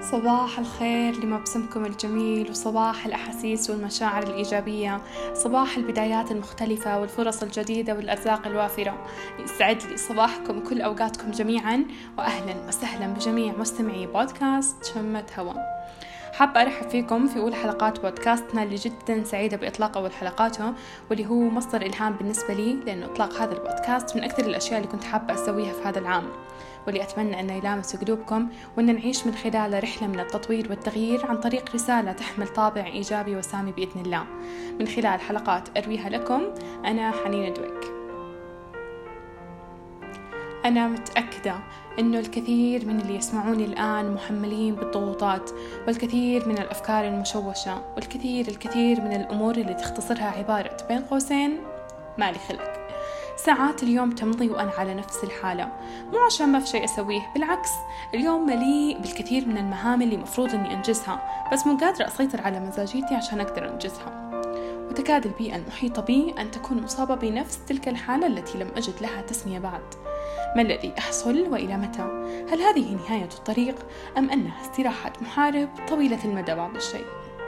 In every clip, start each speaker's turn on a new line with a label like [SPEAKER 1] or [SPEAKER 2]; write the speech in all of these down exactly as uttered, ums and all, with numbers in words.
[SPEAKER 1] صباح الخير لمبسمكم الجميل، وصباح الأحاسيس والمشاعر الإيجابية، صباح البدايات المختلفة والفرص الجديدة والأرزاق الوافرة. يسعد لي صباحكم كل أوقاتكم جميعا، وأهلا وسهلا بجميع مستمعي بودكاست شمة هوا. حابة أرحب فيكم في أول حلقات بودكاستنا اللي جدا سعيدة بإطلاق أول حلقاته، واللي هو مصدر إلهام بالنسبة لي، لأنه إطلاق هذا البودكاست من أكثر الأشياء اللي كنت حابة أسويها في هذا العام، واللي أتمنى أنه يلامس قلوبكم، وأن نعيش من خلاله رحلة من التطوير والتغيير عن طريق رسالة تحمل طابع إيجابي وسامي بإذن الله، من خلال حلقات أرويها لكم أنا حنين دويك. أنا متأكدة أنه الكثير من اللي يسمعوني الآن محملين بالضغوطات، والكثير من الأفكار المشوشة، والكثير الكثير من الأمور اللي تختصرها عبارة بين قوسين مالي خلق. ساعات اليوم تمضي وأنا على نفس الحالة، مو عشان ما في شيء أسويه، بالعكس اليوم مليء بالكثير من المهام اللي مفروض أني أنجزها، بس مو قادرة أسيطر على مزاجيتي عشان أقدر أنجزها. وتكاد البيئة المحيطة بي أن تكون مصابة بنفس تلك الحالة التي لم أجد لها تسمية بعد. ما الذي يحصل وإلى متى؟ هل هذه نهاية الطريق أم أنها استراحة محارب طويلة المدى بعد الشيء؟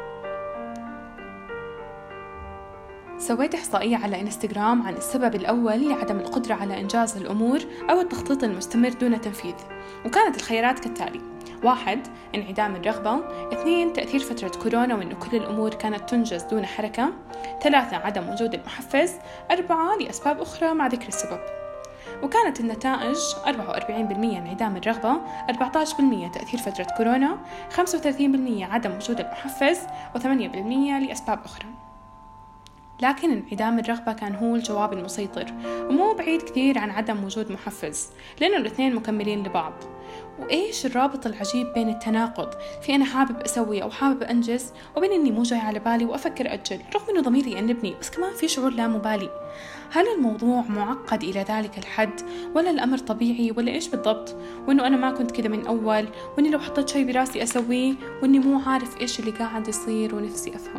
[SPEAKER 1] سويت إحصائية على إنستغرام عن السبب الأول لعدم القدرة على إنجاز الأمور أو التخطيط المستمر دون تنفيذ، وكانت الخيارات كالتالي: واحد، انعدام الرغبة. اثنين، تأثير فترة كورونا وأن كل الأمور كانت تنجز دون حركة. ثلاثة، عدم وجود المحفز. أربعة، لأسباب أخرى مع ذكر السبب. وكانت النتائج أربعة وأربعين بالمئة انعدام الرغبة، أربعة عشر بالمئة تأثير فترة كورونا، خمسة وثلاثين بالمئة عدم وجود المحفز، وثمانية بالمئة لأسباب أخرى. لكن انعدام الرغبة كان هو الجواب المسيطر، ومو بعيد كثير عن عدم وجود محفز، لأنه الاثنين مكملين لبعض. وإيش الرابط العجيب بين التناقض في أنا حابب أسوي أو حابب أنجز، وبين أني مو جاي على بالي وأفكر أجل رغم أنه ضميري يأنبني، بس كمان في شعور لا مبالي. هل الموضوع معقد إلى ذلك الحد، ولا الأمر طبيعي، ولا إيش بالضبط؟ وأنه أنا ما كنت كذا من أول، وأني لو حطيت شيء براسي أسويه، وأني مو عارف إيش اللي قاعد يصير ونفسي أفهم.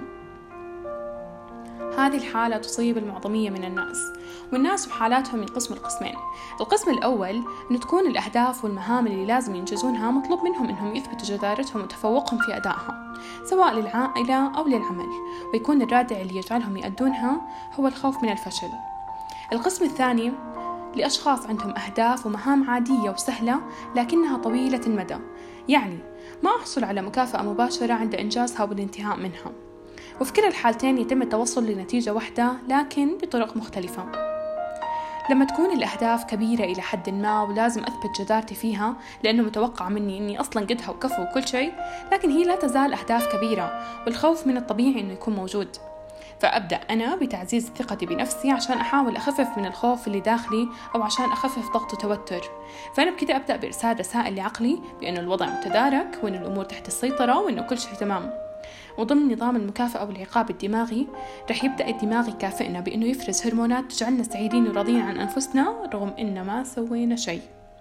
[SPEAKER 1] هذه الحالة تصيب المعظمية من الناس، والناس بحالاتهم ينقسموا القسمين. القسم الأول أن تكون الأهداف والمهام اللي لازم ينجزونها مطلوب منهم أنهم يثبتوا جدارتهم وتفوقهم في أدائها، سواء للعائلة أو للعمل، ويكون الرادع اللي يجعلهم يأدونها هو الخوف من الفشل. القسم الثاني لأشخاص عندهم أهداف ومهام عادية وسهلة لكنها طويلة المدى، يعني ما أحصل على مكافأة مباشرة عند إنجازها والانتهاء منها. وفي كلا الحالتين يتم التوصل لنتيجة واحدة لكن بطرق مختلفة. لما تكون الأهداف كبيرة إلى حد ما ولازم أثبت جدارتي فيها لأنه متوقع مني أني أصلا قدها وكفو وكل شيء، لكن هي لا تزال أهداف كبيرة، والخوف من الطبيعي أنه يكون موجود. فأبدأ أنا بتعزيز ثقتي بنفسي عشان أحاول أخفف من الخوف اللي داخلي، أو عشان أخفف ضغط وتوتر. فأنا بكده أبدأ بإرسال رسائل لعقلي بأنه الوضع متدارك، وأن الأمور تحت السيطرة، وأنه كل شيء تمام. وضمن نظام المكافأة والعقاب الدماغي رح يبدأ الدماغ يكافئنا بأنه يفرز هرمونات تجعلنا سعيدين وراضين عن أنفسنا رغم إن ما سوينا شيء.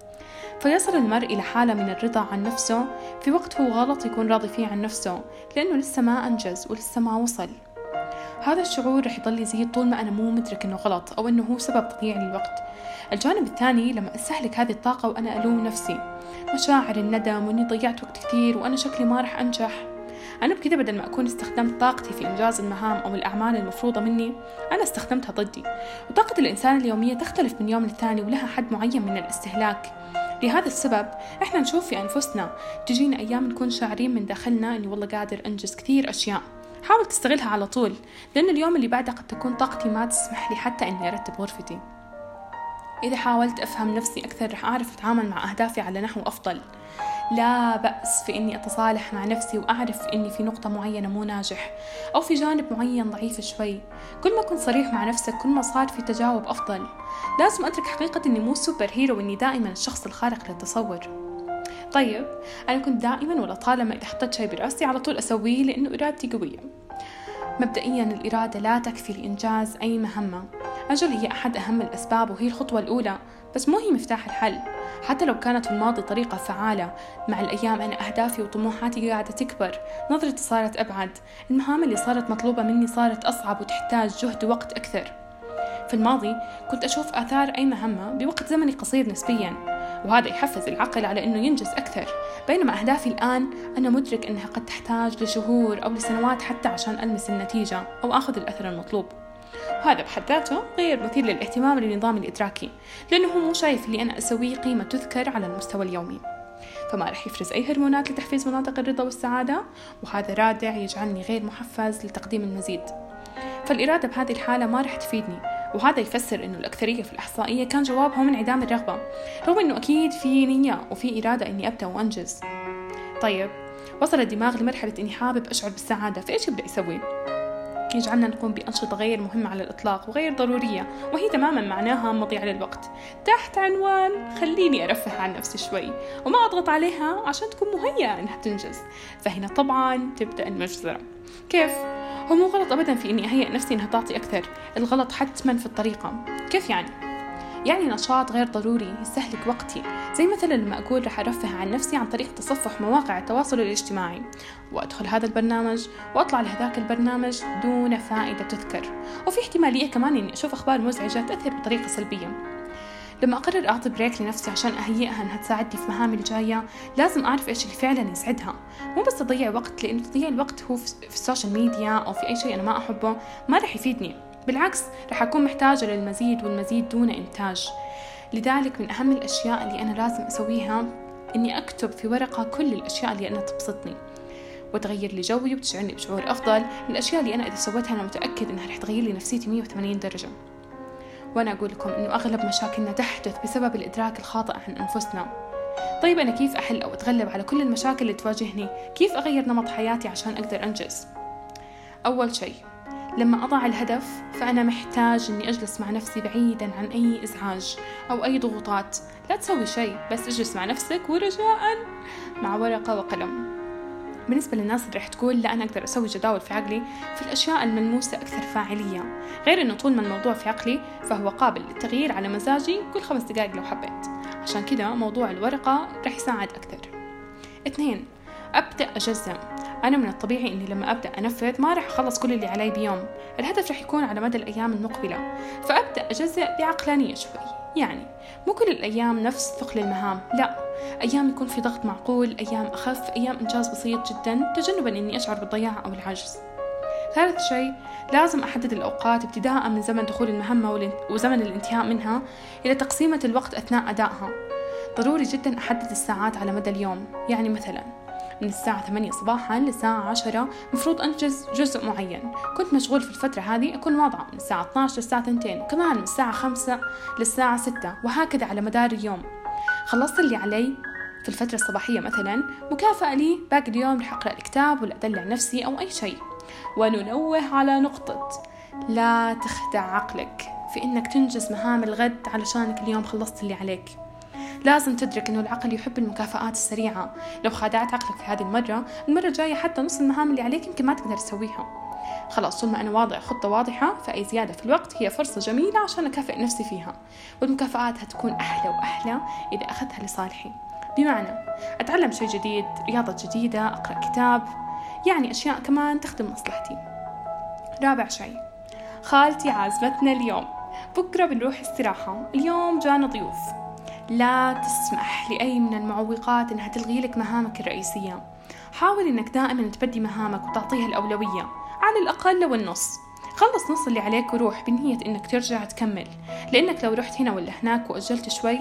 [SPEAKER 1] فيصل المرء إلى حالة من الرضا عن نفسه في وقت هو غلط يكون راضي فيه عن نفسه، لأنه لسه ما أنجز ولسه ما وصل. هذا الشعور رح يضل يزيد طول ما أنا مو مدرك إنه غلط أو إنه هو سبب تضييع للوقت. الجانب الثاني لما أستهلك هذه الطاقة وأنا ألوم نفسي، مشاعر الندم وإني ضيعت وقت كثير وأنا شكلي ما رح أنجح، أنا بكده بدل ما أكون استخدمت طاقتي في إنجاز المهام أو الأعمال المفروضة مني، أنا استخدمتها ضدي. وطاقة الإنسان اليومية تختلف من يوم للثاني ولها حد معين من الاستهلاك. لهذا السبب إحنا نشوف في أنفسنا تجينا أيام نكون شاعرين من داخلنا إني والله قادر أنجز كثير أشياء، حاول تستغلها على طول، لأن اليوم اللي بعده قد تكون طاقتي ما تسمح لي حتى إني أرتب غرفتي. إذا حاولت أفهم نفسي أكثر رح أعرف أتعامل مع أهدافي على نحو أفضل. لا بأس في إني أتصالح مع نفسي وأعرف إني في نقطة معينة مو ناجح، أو في جانب معين ضعيف شوي. كل ما كنت صريح مع نفسك كل ما صار في تجاوب أفضل. لازم أدرك حقيقة إني مو سوبر هيرو وإني دائما الشخص الخارق للتصور. طيب أنا كنت دائما ولا طالما إذا حطيت شيء براسي على طول أسويه لأنه إرادتي قوية. مبدئيا الإرادة لا تكفي لإنجاز أي مهمة. أجل هي أحد أهم الأسباب وهي الخطوة الأولى، بس مو هي مفتاح الحل. حتى لو كانت في الماضي طريقة فعالة، مع الأيام أنا أهدافي وطموحاتي قاعدة تكبر، نظرتي صارت أبعد، المهام اللي صارت مطلوبة مني صارت أصعب وتحتاج جهد ووقت أكثر. في الماضي كنت أشوف آثار أي مهمة بوقت زمني قصير نسبيا، وهذا يحفز العقل على أنه ينجز أكثر. بينما أهدافي الآن أنا مدرك أنها قد تحتاج لشهور أو لسنوات حتى عشان ألمس النتيجة أو أخذ الأثر المطلوب. وهذا بحد ذاته غير مثير للاهتمام للنظام الإدراكي، لأنه هو مو شايف اللي أنا أسويه قيمة تذكر على المستوى اليومي، فما رح يفرز أي هرمونات لتحفيز مناطق الرضا والسعادة، وهذا رادع يجعلني غير محفز لتقديم المزيد. فالإرادة بهذه الحالة ما رح تفيدني، وهذا يفسر أنه الأكثرية في الإحصائية كان جوابهم انعدام الرغبة، رغم أنه أكيد في نية وفي إرادة أني أبدأ وأنجز. طيب، وصل الدماغ لمرحلة أني حابب أشعر بالسعادة، فإيش يبدأ يسوي؟ يجعلنا نقوم بأنشطة غير مهمة على الإطلاق وغير ضرورية، وهي تماما معناها مضيعة للوقت، تحت عنوان خليني أرفه عن نفسي شوي وما أضغط عليها عشان تكون مهيئة أنها تنجز. فهنا طبعا تبدأ المجزرة. كيف؟ هو مو غلط أبدا في أني أهيئ نفسي أنها تعطي أكثر، الغلط حتما في الطريقة. كيف يعني؟ يعني نشاط غير ضروري يستهلك وقتي، زي مثلا لما أقول رح أرفه عن نفسي عن طريق تصفح مواقع التواصل الاجتماعي، وأدخل هذا البرنامج وأطلع لهذاك البرنامج دون فائدة تذكر، وفي احتمالية كمان إني أشوف أخبار مزعجة تأثر بطريقة سلبية. لما أقرر أعطي بريك لنفسي عشان أهيئها أنها تساعدني في مهامي الجاية، لازم أعرف إيش اللي فعلا يسعدها، مو بس أضيع وقت، لأنه تضييع الوقت هو في السوشيال ميديا أو في أي شيء أنا ما أحبه ما رح يفيدني، بالعكس رح أكون محتاجة للمزيد والمزيد دون إنتاج. لذلك من أهم الأشياء اللي أنا لازم أسويها إني أكتب في ورقة كل الأشياء اللي أنا تبسطني وتغير لي جوي وبتشعرني بشعور أفضل، من الأشياء اللي أنا إذا سويتها أنا متأكد إنها رح تغير لي نفسيتي مية وثمانين درجة. وأنا أقول لكم إنه أغلب مشاكلنا تحدث بسبب الإدراك الخاطئ عن أنفسنا. طيب أنا كيف أحل أو أتغلب على كل المشاكل اللي تواجهني؟ كيف أغير نمط حياتي عشان أقدر أنجز؟ أول شيء، لما أضع الهدف فأنا محتاج أني أجلس مع نفسي بعيدا عن أي إزعاج أو أي ضغوطات. لا تسوي شيء، بس اجلس مع نفسك ورجاء مع ورقة وقلم. بالنسبة للناس اللي رح تقول لا أنا أقدر أسوي جداول في عقلي، في الأشياء الملموسة أكثر فاعلية، غير أنه طول ما الموضوع في عقلي فهو قابل للتغيير على مزاجي كل خمس دقائق لو حبيت. عشان كده موضوع الورقة رح يساعد أكثر. اثنين، أبدأ أجزم. أنا من الطبيعي أني لما أبدأ أنفذ ما رح أخلص كل اللي علي بيوم، الهدف رح يكون على مدى الأيام المقبلة، فأبدأ أجزء بعقلانية شوي. يعني مو كل الأيام نفس ثقل المهام، لا، أيام يكون في ضغط معقول، أيام أخف، أيام إنجاز بسيط جدا، تجنبا أني أشعر بالضياع أو العجز. ثالث شيء، لازم أحدد الأوقات ابتداء من زمن دخول المهمة وزمن الانتهاء منها إلى تقسيمة الوقت أثناء أدائها. ضروري جدا أحدد الساعات على مدى اليوم، يعني مثلا من الساعة ثمانية صباحا للساعة عشرة مفروض أنجز جزء معين، كنت مشغول في الفترة هذه أكون واضعة من الساعة اثناشر للساعة اثنتين، وكمان من الساعة خمسة للساعة ستة، وهكذا على مدار اليوم. خلصت اللي علي في الفترة الصباحية مثلا، مكافأة لي باقي اليوم رح أقرأ الكتاب ولا أدلع نفسي أو أي شيء. وننوه على نقطة، لا تخدع عقلك في إنك تنجز مهام الغد علشانك اليوم خلصت اللي عليك. لازم تدرك إنه العقل يحب المكافآت السريعة، لو خادعت عقلك في هذه المرة، المرة الجاية حتى نص المهام اللي عليك يمكن ما تقدر تسويها. خلاص، طول ما أنا واضع خطة واضحة، فأي زيادة في الوقت هي فرصة جميلة عشان أكافئ نفسي فيها، والمكافآت هتكون أحلى وأحلى إذا أخذتها لصالحي. بمعنى أتعلم شيء جديد، رياضة جديدة، أقرأ كتاب، يعني أشياء كمان تخدم مصلحتي. رابع شيء، خالتي عازمتنا اليوم، بكرة بنروح استراحة، اليوم جانا ضيوف. لا تسمح لأي من المعوقات إنها تلغي لك مهامك الرئيسية. حاول إنك دائما تبدي مهامك وتعطيها الأولوية، على الأقل لو النص. خلص نص اللي عليك وروح بنية إنك ترجع تكمل، لأنك لو رحت هنا ولا هناك وأجلت شوي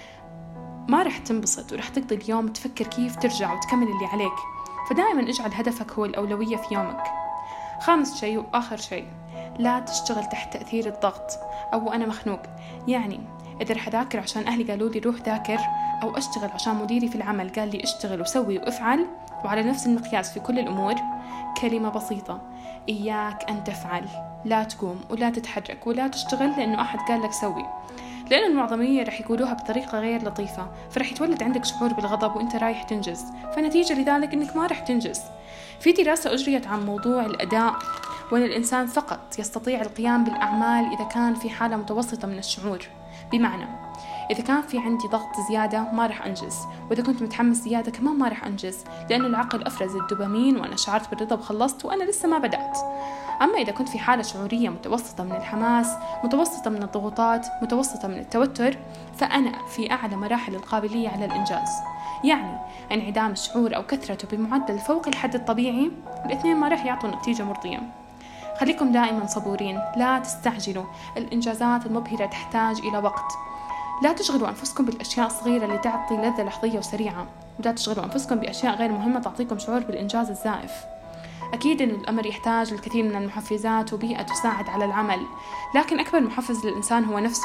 [SPEAKER 1] ما رح تنبسط ورح تقضي اليوم تفكر كيف ترجع وتكمل اللي عليك. فدائما اجعل هدفك هو الأولوية في يومك. خامس شيء وآخر شيء، لا تشتغل تحت تأثير الضغط أو أنا مخنوق. يعني إذا رح أذاكر عشان أهلي قالوا لي روح ذاكر، أو أشتغل عشان مديري في العمل قال لي اشتغل وسوي وافعل، وعلى نفس المقياس في كل الأمور، كلمة بسيطة، إياك أن تفعل. لا تقوم ولا تتحرك ولا تشتغل لأنه أحد قال لك سوي، لأن المعظمية رح يقولوها بطريقة غير لطيفة، فرح يتولد عندك شعور بالغضب وإنت رايح تنجز، فنتيجة لذلك إنك ما رح تنجز. في دراسة أجريت عن موضوع الأداء، وأن الإنسان فقط يستطيع القيام بالأعمال إذا كان في حالة متوسطة من الشعور. بمعنى إذا كان في عندي ضغط زيادة ما رح أنجز، وإذا كنت متحمس زيادة كمان ما رح أنجز، لأنه العقل أفرز الدوبامين وأنا شعرت بالرضا وخلصت وأنا لسه ما بدأت. أما إذا كنت في حالة شعورية متوسطة من الحماس، متوسطة من الضغوطات، متوسطة من التوتر، فأنا في أعلى مراحل القابلية على الإنجاز. يعني انعدام الشعور أو كثرته بمعدل فوق الحد الطبيعي، الاثنين ما رح يعطوا نتيجة مرضية. خليكم دائما صبورين، لا تستعجلوا، الإنجازات المبهرة تحتاج إلى وقت. لا تشغلوا أنفسكم بالأشياء الصغيرة اللي تعطي لذة لحظية وسريعة، ولا تشغلوا أنفسكم بأشياء غير مهمة تعطيكم شعور بالإنجاز الزائف. أكيد أن الأمر يحتاج الكثير من المحفزات وبيئة تساعد على العمل، لكن أكبر محفز للإنسان هو نفسه.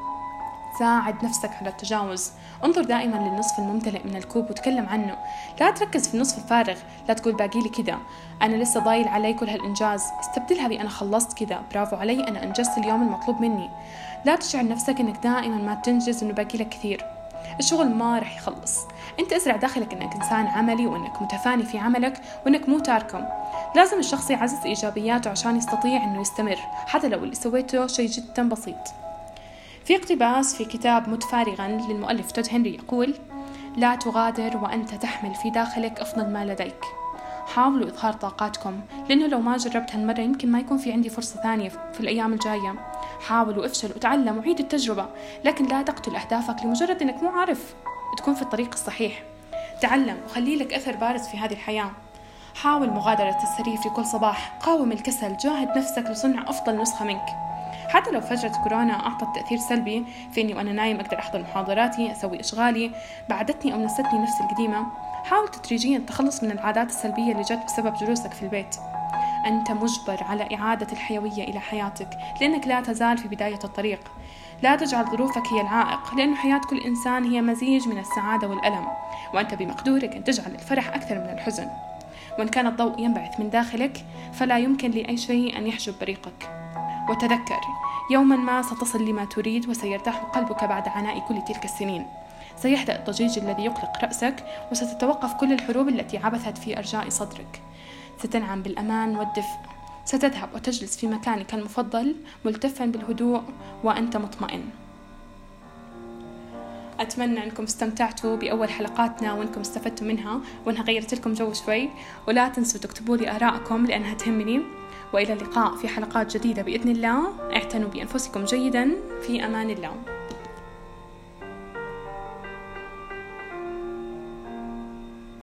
[SPEAKER 1] ساعد نفسك على التجاوز، انظر دائما للنصف الممتلئ من الكوب وتكلم عنه، لا تركز في النصف الفارغ. لا تقول باقي لي كذا، أنا لسه ضايل علي كل هالإنجاز، استبدلها بأنا خلصت كذا، برافو علي، أنا أنجزت اليوم المطلوب مني. لا تشعر نفسك أنك دائما ما تنجز وأنه باقي لك كثير، الشغل ما رح يخلص. أنت أزرع داخلك أنك إنسان عملي وأنك متفاني في عملك وأنك مو تاركم. لازم الشخص يعزز إيجابياته عشان يستطيع أنه يستمر حتى لو اللي سويته شيء جدا بسيط. في اقتباس في كتاب مت فارغا للمؤلف تود هنري يقول: لا تغادر وأنت تحمل في داخلك أفضل ما لديك. حاولوا إظهار طاقاتكم، لأنه لو ما جربت هالمرة يمكن ما يكون في عندي فرصة ثانية في الأيام الجاية. حاولوا، افشل وتعلم وعيد التجربة، لكن لا تقتل أهدافك لمجرد أنك مو عارف تكون في الطريق الصحيح. تعلم وخلي لك أثر بارز في هذه الحياة. حاول مغادرة السرير في كل صباح، قاوم الكسل، جاهد نفسك لصنع أفضل نسخة منك. حتى لو فترة كورونا أعطت تأثير سلبي في إني وأنا نايم أقدر أحضر محاضراتي، أسوي إشغالي، بعدتني أو نستني نفسي القديمة، حاول تدريجيا التخلص من العادات السلبية اللي جت بسبب جلوسك في البيت. أنت مجبر على إعادة الحيوية إلى حياتك، لأنك لا تزال في بداية الطريق. لا تجعل ظروفك هي العائق، لأن حياة كل إنسان هي مزيج من السعادة والألم، وأنت بمقدورك أن تجعل الفرح أكثر من الحزن. وإن كان الضوء ينبعث من داخلك فلا يمكن لأي شيء أن يحجب بريقك. وتذكر، يوما ما ستصل لما تريد وسيرتاح قلبك بعد عناء كل تلك السنين. سيهدأ الضجيج الذي يقلق رأسك، وستتوقف كل الحروب التي عبثت في أرجاء صدرك. ستنعم بالأمان والدفء، ستذهب وتجلس في مكانك المفضل ملتفا بالهدوء وأنت مطمئن. أتمنى أنكم استمتعتوا بأول حلقاتنا وأنكم استفدتوا منها وأنها غيرت لكم جو شوي، ولا تنسوا تكتبوا لي آراءكم لأنها تهمني. وإلى اللقاء في حلقات جديدة بإذن الله. اعتنوا بأنفسكم جيدا، في أمان الله.